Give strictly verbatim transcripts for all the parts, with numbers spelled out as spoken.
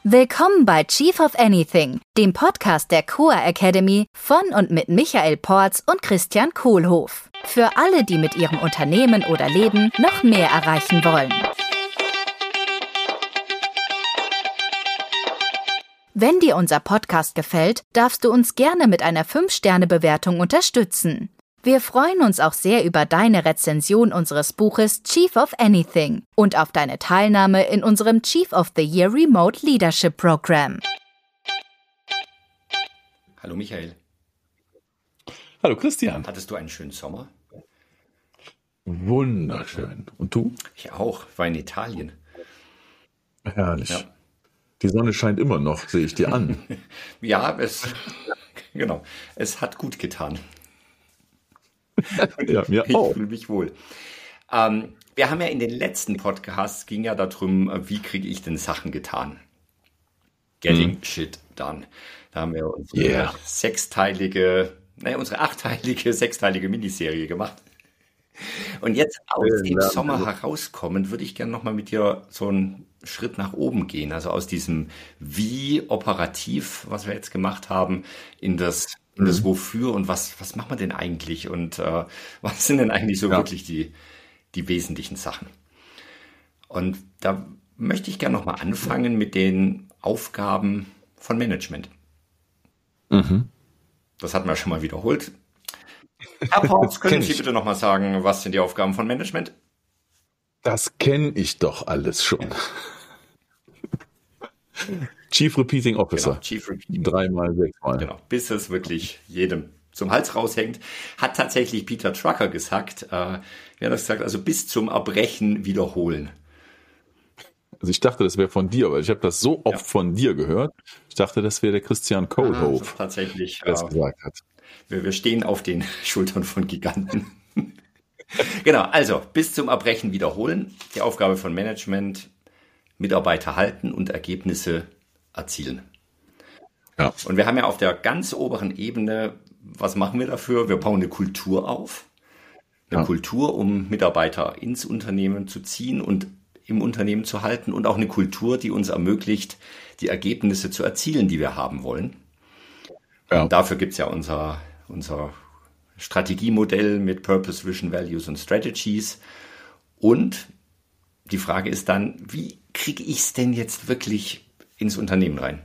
Willkommen bei Chief of Anything, dem Podcast der C O A Academy von und mit Michael Porz und Christian Kohlhoff. Für alle, die mit ihrem Unternehmen oder Leben noch mehr erreichen wollen. Wenn dir unser Podcast gefällt, darfst du uns gerne mit einer fünf Sterne Bewertung unterstützen. Wir freuen uns auch sehr über deine Rezension unseres Buches Chief of Anything und auf deine Teilnahme in unserem Chief of the Year Remote Leadership Program. Hallo Michael. Hallo Christian. Hattest du einen schönen Sommer? Wunderschön. Und du? Ich auch. Ich war in Italien. Herrlich. Ja. Die Sonne scheint immer noch, sehe ich dir an. Ja, es, genau. Es hat gut getan. Ja, mir Ich auch. fühle mich wohl. Ähm, wir haben ja in den letzten Podcasts, ging ja darum, wie kriege ich denn Sachen getan? Getting Hm. shit done. Da haben wir unsere Yeah. sechsteilige, naja, unsere achtteilige, sechsteilige Miniserie gemacht. Und jetzt aus Äh, dem ja, Sommer also- herauskommend, würde ich gerne nochmal mit dir so einen Schritt nach oben gehen. Also aus diesem Wie operativ, was wir jetzt gemacht haben, in das, in das Wofür und was, was machen wir denn eigentlich und äh, was sind denn eigentlich so Ja. wirklich die, die wesentlichen Sachen. Und da möchte ich gerne nochmal anfangen mit den Aufgaben von Management. Mhm. Das hatten wir schon mal wiederholt. Herr Porz, können Kenn Sie ich. bitte nochmal sagen, was sind die Aufgaben von Management? Das kenne ich doch alles schon. Chief Repeating Officer. Genau, Chief Repeating. Dreimal, sechsmal. Genau, bis es wirklich jedem zum Hals raushängt, hat tatsächlich Peter Drucker gesagt. Äh, wer hat das gesagt? Also bis zum Erbrechen wiederholen. Also ich dachte, das wäre von dir, weil ich habe das so oft Ja. von dir gehört. Ich dachte, das wäre der Christian Ah, das Kohlhoff, ist tatsächlich, der das äh, gesagt hat. wir, wir stehen auf den Schultern von Giganten. Genau, also bis zum Erbrechen wiederholen. Die Aufgabe von Management, Mitarbeiter halten und Ergebnisse erzielen. Ja. Und wir haben ja auf der ganz oberen Ebene, was machen wir dafür? Wir bauen eine Kultur auf. Eine Ja. Kultur, um Mitarbeiter ins Unternehmen zu ziehen und im Unternehmen zu halten und auch eine Kultur, die uns ermöglicht, die Ergebnisse zu erzielen, die wir haben wollen. Ja. Und dafür gibt es ja unser, unser Strategiemodell mit Purpose, Vision, Values und Strategies. Und die Frage ist dann, wie kriege ich es denn jetzt wirklich ins Unternehmen rein?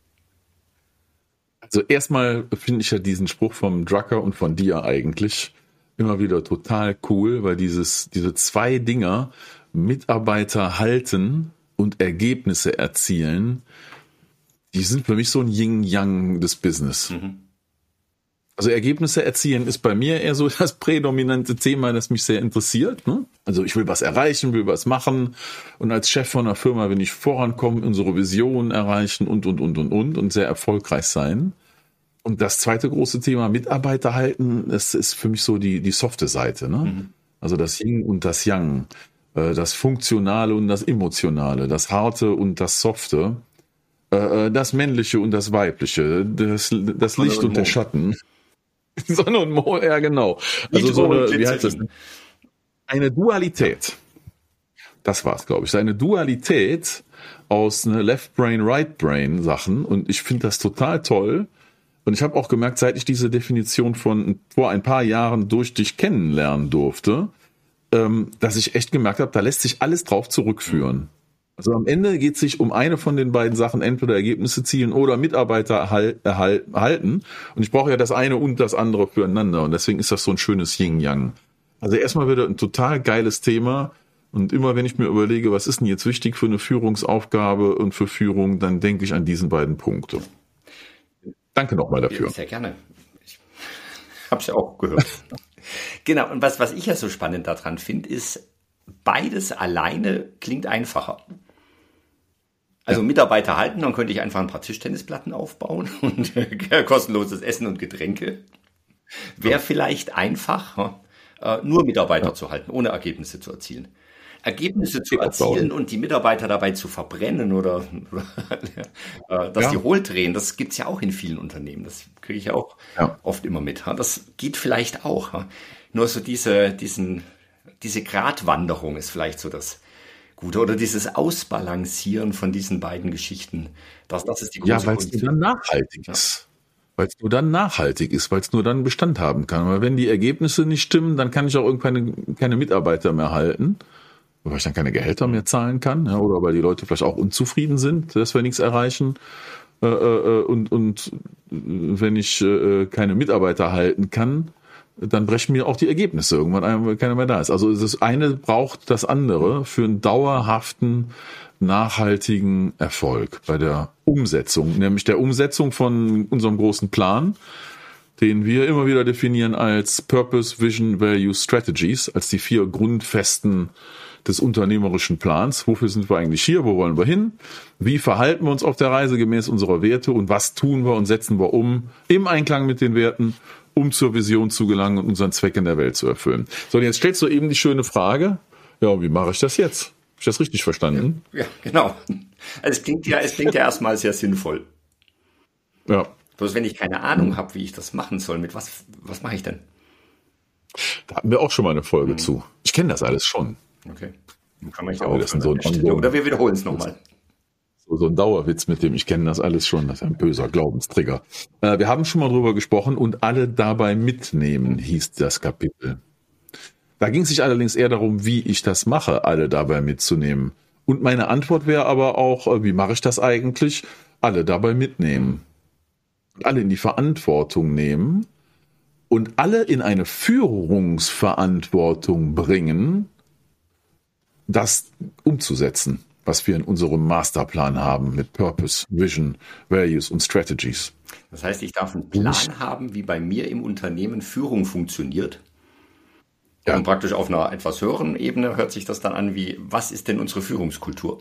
Also erstmal finde ich ja diesen Spruch vom Drucker und von dir eigentlich immer wieder total cool, weil dieses, diese zwei Dinger, Mitarbeiter halten und Ergebnisse erzielen, die sind für mich so ein Yin-Yang des Business. Mhm. Also Ergebnisse erzielen ist bei mir eher so das prädominante Thema, das mich sehr interessiert. Ne? Also ich will was erreichen, will was machen und als Chef von einer Firma will ich vorankommen, unsere Vision erreichen und, und, und, und, und und sehr erfolgreich sein. Und das zweite große Thema, Mitarbeiter halten, das ist für mich so die, die softe Seite. Ne? Mhm. Also das Yin und das Yang, äh, das Funktionale und das Emotionale, das Harte und das Softe, äh, das Männliche und das Weibliche, das, das Sonne Licht und und der Mond. Schatten. Sonne und Mond, ja genau. Also so Nitro und eine, wie heißt das? Glycerin. Eine Dualität. Das war's, glaube ich. Eine Dualität aus ne Left Brain, Right Brain Sachen. Und ich finde das total toll. Und ich habe auch gemerkt, seit ich diese Definition von vor ein paar Jahren durch dich kennenlernen durfte, ähm, dass ich echt gemerkt habe, da lässt sich alles drauf zurückführen. Also am Ende geht es sich um eine von den beiden Sachen, entweder Ergebnisse zielen oder Mitarbeiter erhal- erhal- erhalten. Und ich brauche ja das eine und das andere füreinander. Und deswegen ist das so ein schönes Yin-Yang. Also erstmal wieder ein total geiles Thema. Und immer wenn ich mir überlege, was ist denn jetzt wichtig für eine Führungsaufgabe und für Führung, dann denke ich an diesen beiden Punkte. Danke nochmal dafür. Ja, sehr gerne. Ich habe es ja auch gehört. Genau, und was, was ich ja so spannend daran finde, ist, beides alleine klingt einfacher. Also Ja. Mitarbeiter halten, dann könnte ich einfach ein paar Tischtennisplatten aufbauen und kostenloses Essen und Getränke. Wäre vielleicht einfach, äh, nur Mitarbeiter Ja. zu halten, ohne Ergebnisse zu erzielen. Ergebnisse zu Geht aufbauen. erzielen und die Mitarbeiter dabei zu verbrennen oder, oder äh, dass Ja. die hohl drehen, das gibt's ja auch in vielen Unternehmen. Das kriege ich ja auch Ja. oft immer mit. ha. Das geht vielleicht auch. ha. Nur so diese, diesen, diese Gratwanderung ist vielleicht so das Gut, oder dieses Ausbalancieren von diesen beiden Geschichten, das, das ist die Ja, große weil es Kunst. nur dann nachhaltig Ja. ist. Weil es nur dann nachhaltig ist, weil es nur dann Bestand haben kann. Weil wenn die Ergebnisse nicht stimmen, dann kann ich auch irgendwann keine Mitarbeiter mehr halten, weil ich dann keine Gehälter mehr zahlen kann, ja, oder weil die Leute vielleicht auch unzufrieden sind, dass wir nichts erreichen. Äh, äh, und, und wenn ich äh, keine Mitarbeiter halten kann, dann brechen mir auch die Ergebnisse irgendwann ein, weil keiner mehr da ist. Also das eine braucht das andere für einen dauerhaften, nachhaltigen Erfolg bei der Umsetzung, nämlich der Umsetzung von unserem großen Plan, den wir immer wieder definieren als Purpose, Vision, Values, Strategies, als die vier Grundfesten des unternehmerischen Plans. Wofür sind wir eigentlich hier? Wo wollen wir hin? Wie verhalten wir uns auf der Reise gemäß unserer Werte und was tun wir und setzen wir um im Einklang mit den Werten, um zur Vision zu gelangen und unseren Zweck in der Welt zu erfüllen. So, und jetzt stellst du eben die schöne Frage, ja, wie mache ich das jetzt? Habe ich das richtig verstanden? Ja, genau. Also es klingt ja, es klingt ja erstmal sehr sinnvoll. Ja. Bloß wenn ich keine Ahnung habe, wie ich das machen soll, mit was, was mache ich denn? Da hatten wir auch schon mal eine Folge mhm. zu. Ich kenne das alles schon. Okay. Dann kann man ja Aber auch das sind so ein Stelle, oder wir wiederholen es nochmal. So, so ein Dauerwitz mit dem, ich kenne das alles schon, das ist ein böser Glaubenstrigger. Äh, wir haben schon mal drüber gesprochen und alle dabei mitnehmen, hieß das Kapitel. Da ging es sich allerdings eher darum, wie ich das mache, alle dabei mitzunehmen. Und meine Antwort wäre aber auch, äh, wie mache ich das eigentlich? Alle dabei mitnehmen. Alle in die Verantwortung nehmen und alle in eine Führungsverantwortung bringen, das umzusetzen, was wir in unserem Masterplan haben mit Purpose, Vision, Values und Strategies. Das heißt, ich darf einen Plan haben, wie bei mir im Unternehmen Führung funktioniert. Ja. Und praktisch auf einer etwas höheren Ebene hört sich das dann an wie, was ist denn unsere Führungskultur?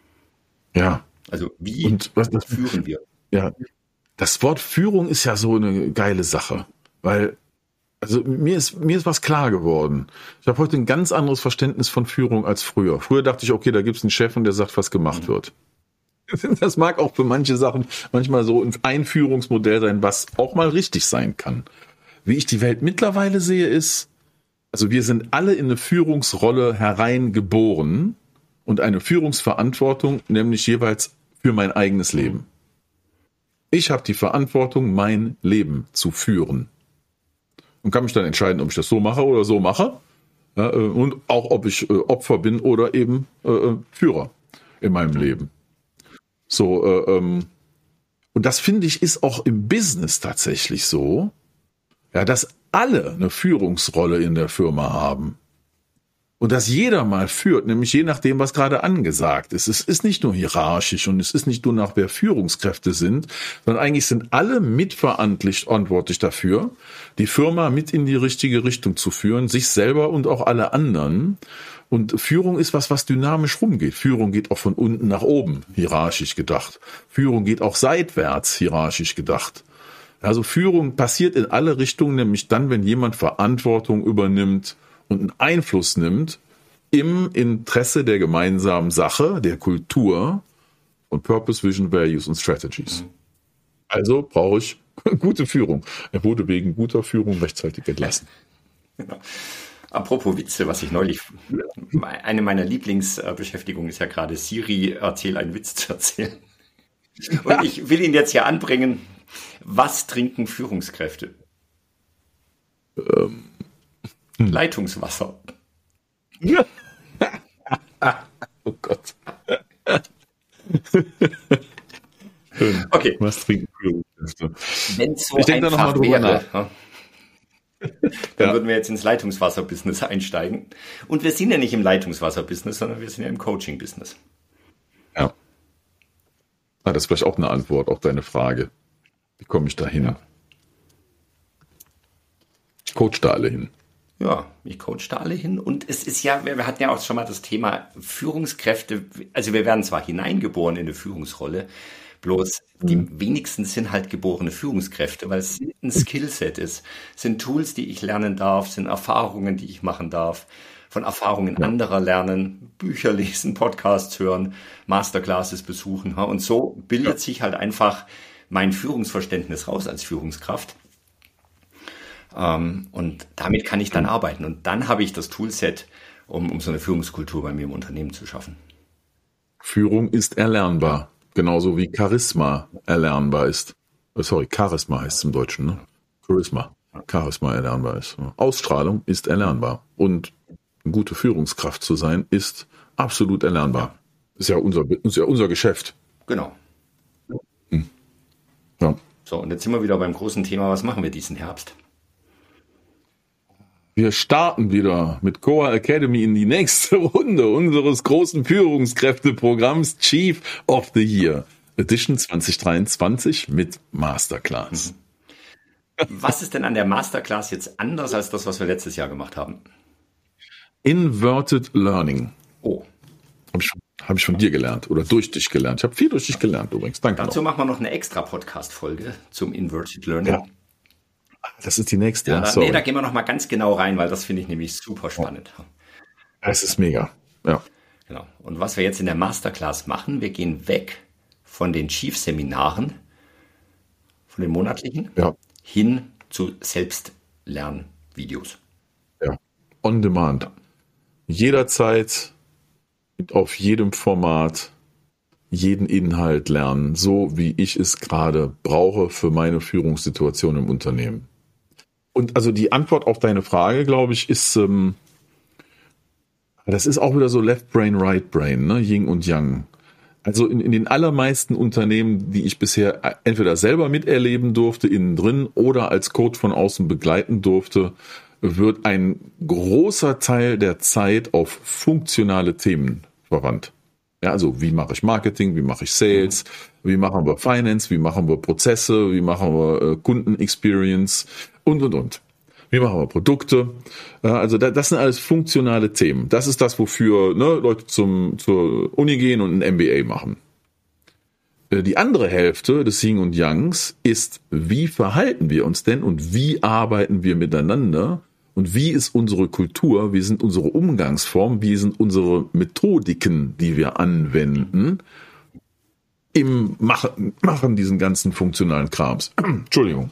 Ja. Also wie und was, das, führen wir? Ja. Das Wort Führung ist ja so eine geile Sache, weil also mir ist mir ist was klar geworden. Ich habe heute ein ganz anderes Verständnis von Führung als früher. Früher dachte ich, okay, da gibt es einen Chef und der sagt, was gemacht mhm. wird. Das mag auch für manche Sachen manchmal so ein Einführungsmodell sein, was auch mal richtig sein kann. Wie ich die Welt mittlerweile sehe, ist, also wir sind alle in eine Führungsrolle hereingeboren und eine Führungsverantwortung, nämlich jeweils für mein eigenes Leben. Ich habe die Verantwortung, mein Leben zu führen. Und kann mich dann entscheiden, ob ich das so mache oder so mache. Ja, und auch, ob ich äh, Opfer bin oder eben äh, Führer in meinem Leben. So, äh, ähm, und das finde ich ist auch im Business tatsächlich so, ja, dass alle eine Führungsrolle in der Firma haben. Und dass jeder mal führt, nämlich je nachdem, was gerade angesagt ist. Es ist nicht nur hierarchisch und es ist nicht nur nach wer Führungskräfte sind, sondern eigentlich sind alle mitverantwortlich dafür, die Firma mit in die richtige Richtung zu führen, sich selber und auch alle anderen. Und Führung ist was, was dynamisch rumgeht. Führung geht auch von unten nach oben, hierarchisch gedacht. Führung geht auch seitwärts, hierarchisch gedacht. Also Führung passiert in alle Richtungen, nämlich dann, wenn jemand Verantwortung übernimmt und einen Einfluss nimmt im Interesse der gemeinsamen Sache, der Kultur und Purpose, Vision, Values und Strategies. Mhm. Also brauche ich gute Führung. Er wurde wegen guter Führung rechtzeitig entlassen. Genau. Apropos Witze, was ich neulich, eine meiner Lieblingsbeschäftigungen ist ja gerade Siri, erzähl einen Witz zu erzählen. Und ja. Ich will ihn jetzt hier anbringen. Was trinken Führungskräfte? Ähm. Leitungswasser. Ja. Oh Gott. Okay. Was trinken Führungskräfte? Wenn es so ich einfach da noch mal wäre, ja, dann ja. würden wir jetzt ins Leitungswasser-Business einsteigen. Und wir sind ja nicht im Leitungswasser-Business, sondern wir sind ja im Coaching-Business. Ja. Ah, das ist vielleicht auch eine Antwort auf deine Frage. Wie komme ich da hin? Ja. Ich coach da alle hin. Ja, ich coach da alle hin. Und es ist ja, wir hatten ja auch schon mal das Thema Führungskräfte. Also wir werden zwar hineingeboren in eine Führungsrolle, bloß die mhm. wenigsten sind halt geborene Führungskräfte, weil es ein Skillset ist. Es sind Tools, die ich lernen darf, sind Erfahrungen, die ich machen darf, von Erfahrungen ja. anderer lernen, Bücher lesen, Podcasts hören, Masterclasses besuchen. Und so bildet ja. sich halt einfach mein Führungsverständnis raus als Führungskraft. Um, und damit kann ich dann arbeiten. Und dann habe ich das Toolset, um, um so eine Führungskultur bei mir im Unternehmen zu schaffen. Führung ist erlernbar, genauso wie Charisma erlernbar ist. Oh, sorry, Charisma heißt es im Deutschen, ne? Charisma. Charisma erlernbar ist. Ausstrahlung ist erlernbar. Und eine gute Führungskraft zu sein, ist absolut erlernbar. Ist ja unser, ist ja unser Geschäft. Genau. Hm. Ja. So, und jetzt sind wir wieder beim großen Thema, was machen wir diesen Herbst? Wir starten wieder mit Coa Academy in die nächste Runde unseres großen Führungskräfteprogramms Chief of the Year Edition zwanzig dreiundzwanzig mit Masterclass. Was ist denn an der Masterclass jetzt anders als das, was wir letztes Jahr gemacht haben? Inverted Learning. Oh. Habe ich, hab ich von dir gelernt oder durch dich gelernt. Ich habe viel durch dich gelernt übrigens. Danke. Dazu noch. machen wir noch eine extra Podcast-Folge zum Inverted Learning. Ja. Das ist die nächste. Ja, da, nee, da gehen wir noch mal ganz genau rein, weil das finde ich nämlich super spannend. Es ist mega. Ja. Genau. Und was wir jetzt in der Masterclass machen, wir gehen weg von den Chief-Seminaren, von den monatlichen, ja. hin zu Selbstlernvideos. Ja. On demand. Jederzeit, auf jedem Format, jeden Inhalt lernen, so wie ich es gerade brauche für meine Führungssituation im Unternehmen. Und also die Antwort auf deine Frage, glaube ich, ist, ähm, das ist auch wieder so Left Brain, Right Brain, ne? Yin und Yang. Also in, in den allermeisten Unternehmen, die ich bisher entweder selber miterleben durfte, innen drin, oder als Coach von außen begleiten durfte, wird ein großer Teil der Zeit auf funktionale Themen verwandt. Ja, also wie mache ich Marketing, wie mache ich Sales, wie machen wir Finance, wie machen wir Prozesse, wie machen wir äh, Kundenexperience und, und, und. Wie machen wir Produkte? Ja, also da, das sind alles funktionale Themen. Das ist das, wofür ne, Leute zum, zur Uni gehen und ein M B A machen. Äh, die andere Hälfte des Yin und Yangs ist, wie verhalten wir uns denn und wie arbeiten wir miteinander? Und wie ist unsere Kultur, wie sind unsere Umgangsformen, wie sind unsere Methodiken, die wir anwenden im Machen, Machen diesen ganzen funktionalen Krams. Entschuldigung.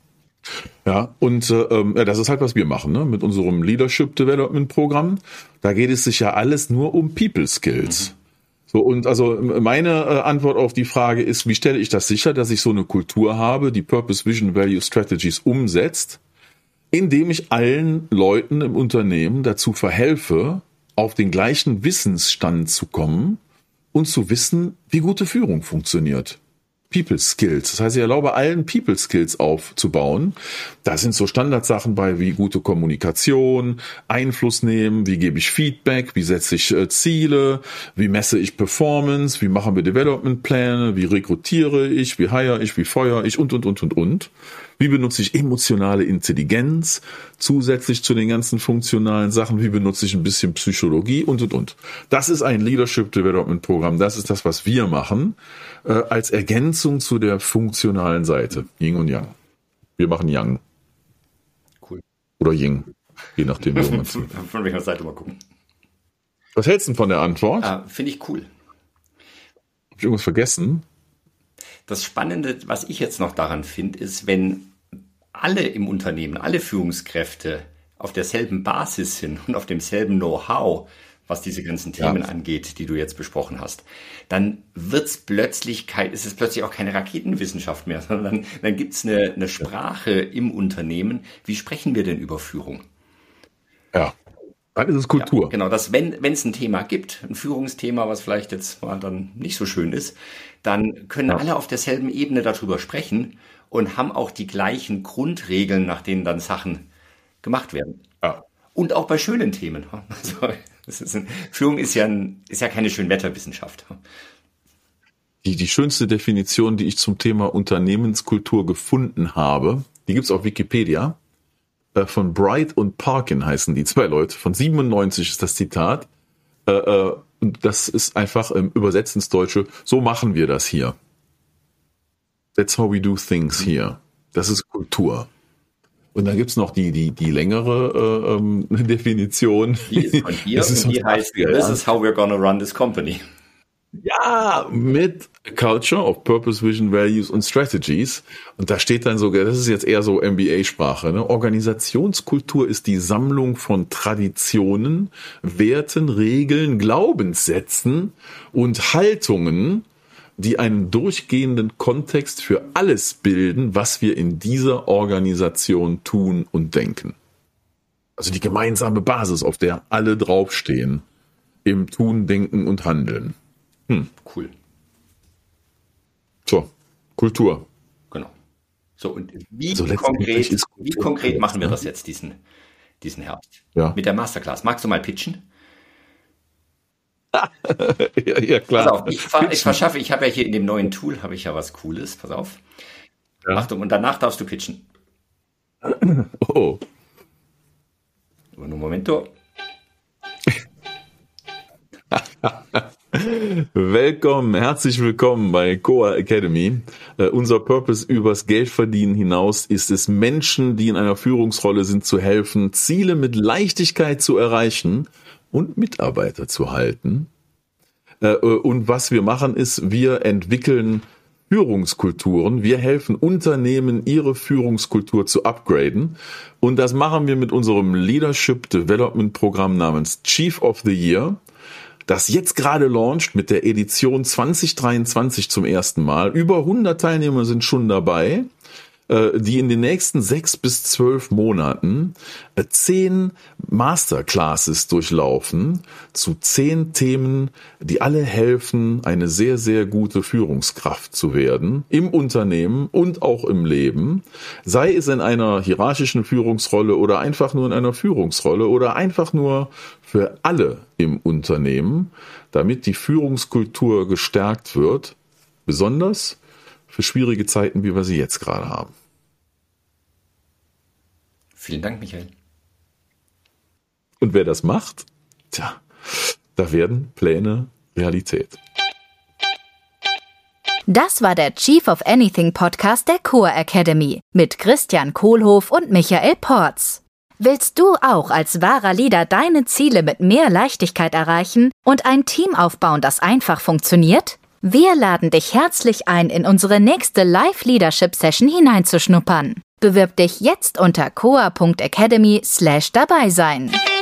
Ja, und äh, ja, das ist halt, was wir machen, ne? Mit unserem Leadership Development Programm. Da geht es sich ja alles nur um People Skills. Mhm. So, und also meine äh, Antwort auf die Frage ist, wie stelle ich das sicher, dass ich so eine Kultur habe, die Purpose, Vision, Value, Strategies umsetzt, indem ich allen Leuten im Unternehmen dazu verhelfe, auf den gleichen Wissensstand zu kommen und zu wissen, wie gute Führung funktioniert. People Skills. Das heißt, ich erlaube allen People Skills aufzubauen. Da sind so Standardsachen bei wie gute Kommunikation, Einfluss nehmen, wie gebe ich Feedback, wie setze ich äh, Ziele, wie messe ich Performance, wie machen wir Development-Pläne, wie rekrutiere ich, wie hire ich, wie feuere ich und, und, und, und, und. Wie benutze ich emotionale Intelligenz zusätzlich zu den ganzen funktionalen Sachen? Wie benutze ich ein bisschen Psychologie und, und, und. Das ist ein Leadership Development Programm. Das ist das, was wir machen, äh, als Ergänzung zu der funktionalen Seite. Yin und Yang. Wir machen Yang. Cool. Oder Yin. Je nachdem, wie man es Von welcher Seite mal gucken. Was hältst du von der Antwort? Ah, finde ich cool. Hab ich irgendwas vergessen? Das Spannende, was ich jetzt noch daran finde, ist, wenn alle im Unternehmen, alle Führungskräfte auf derselben Basis sind und auf demselben Know-how, was diese ganzen Themen ja. angeht, die du jetzt besprochen hast, dann wird's plötzlich kein, ist es plötzlich auch keine Raketenwissenschaft mehr, sondern dann, dann gibt's eine, eine Sprache im Unternehmen. Wie sprechen wir denn über Führung? Ja. Dann ist es Kultur. Ja, genau, dass wenn wenn es ein Thema gibt, ein Führungsthema, was vielleicht jetzt mal dann nicht so schön ist, dann können ja. alle auf derselben Ebene darüber sprechen und haben auch die gleichen Grundregeln, nach denen dann Sachen gemacht werden. Ja. Und auch bei schönen Themen. Also, das ist ein, Führung ist ja, ein, ist ja keine Schönwetterwissenschaft. Die, die schönste Definition, die ich zum Thema Unternehmenskultur gefunden habe, die gibt's auf Wikipedia. Von Bright und Parkin heißen die zwei Leute. Von siebenundneunzig ist das Zitat. Und das ist einfach im Übersetzt ins Deutsche, so machen wir das hier. That's how we do things here. Das ist Kultur. Und dann gibt's noch die, die, die längere äh, ähm, Definition. Die ist von hier und die heißt, this is how we're gonna run this company. Ja, mit Culture of Purpose, Vision, Values und Strategies. Und da steht dann sogar, das ist jetzt eher so M B A-Sprache, ne? Organisationskultur ist die Sammlung von Traditionen, Werten, Regeln, Glaubenssätzen und Haltungen, die einen durchgehenden Kontext für alles bilden, was wir in dieser Organisation tun und denken. Also die gemeinsame Basis, auf der alle draufstehen, im Tun, Denken und Handeln. Hm. Cool. So, Kultur. Genau. So, und wie Also konkret, ist wie konkret machen wir das jetzt diesen, diesen Herbst? Ja. Mit der Masterclass. Magst du mal pitchen? ja, ja, klar. Pass auf, ich, ver, ich verschaffe, ich habe ja hier in dem neuen Tool, habe ich ja was Cooles. Pass auf. Ja. Achtung, und danach darfst du pitchen. Oh. Un momento. Willkommen, herzlich willkommen bei Coa Academy. Uh, unser Purpose übers Geldverdienen hinaus ist es, Menschen, die in einer Führungsrolle sind, zu helfen, Ziele mit Leichtigkeit zu erreichen und Mitarbeiter zu halten. Uh, und was wir machen ist, wir entwickeln Führungskulturen. Wir helfen Unternehmen, ihre Führungskultur zu upgraden. Und das machen wir mit unserem Leadership Development Programm namens Chief of the Year, das jetzt gerade launcht mit der Edition zwanzig dreiundzwanzig zum ersten Mal. Über hundert Teilnehmer sind schon dabei, die in den nächsten sechs bis zwölf Monaten zehn Masterclasses durchlaufen zu zehn Themen, die alle helfen, eine sehr, sehr gute Führungskraft zu werden im Unternehmen und auch im Leben, sei es in einer hierarchischen Führungsrolle oder einfach nur in einer Führungsrolle oder einfach nur für alle im Unternehmen, damit die Führungskultur gestärkt wird, besonders für schwierige Zeiten, wie wir sie jetzt gerade haben. Vielen Dank, Michael. Und wer das macht, tja, da werden Pläne Realität. Das war der Chief of Anything Podcast der Coa Academy mit Christian Kohlhoff und Michael Porz. Willst du auch als wahrer Leader deine Ziele mit mehr Leichtigkeit erreichen und ein Team aufbauen, das einfach funktioniert? Wir laden dich herzlich ein, in unsere nächste Live-Leadership-Session hineinzuschnuppern. Bewirb dich jetzt unter coa punkt academy slash dabei sein.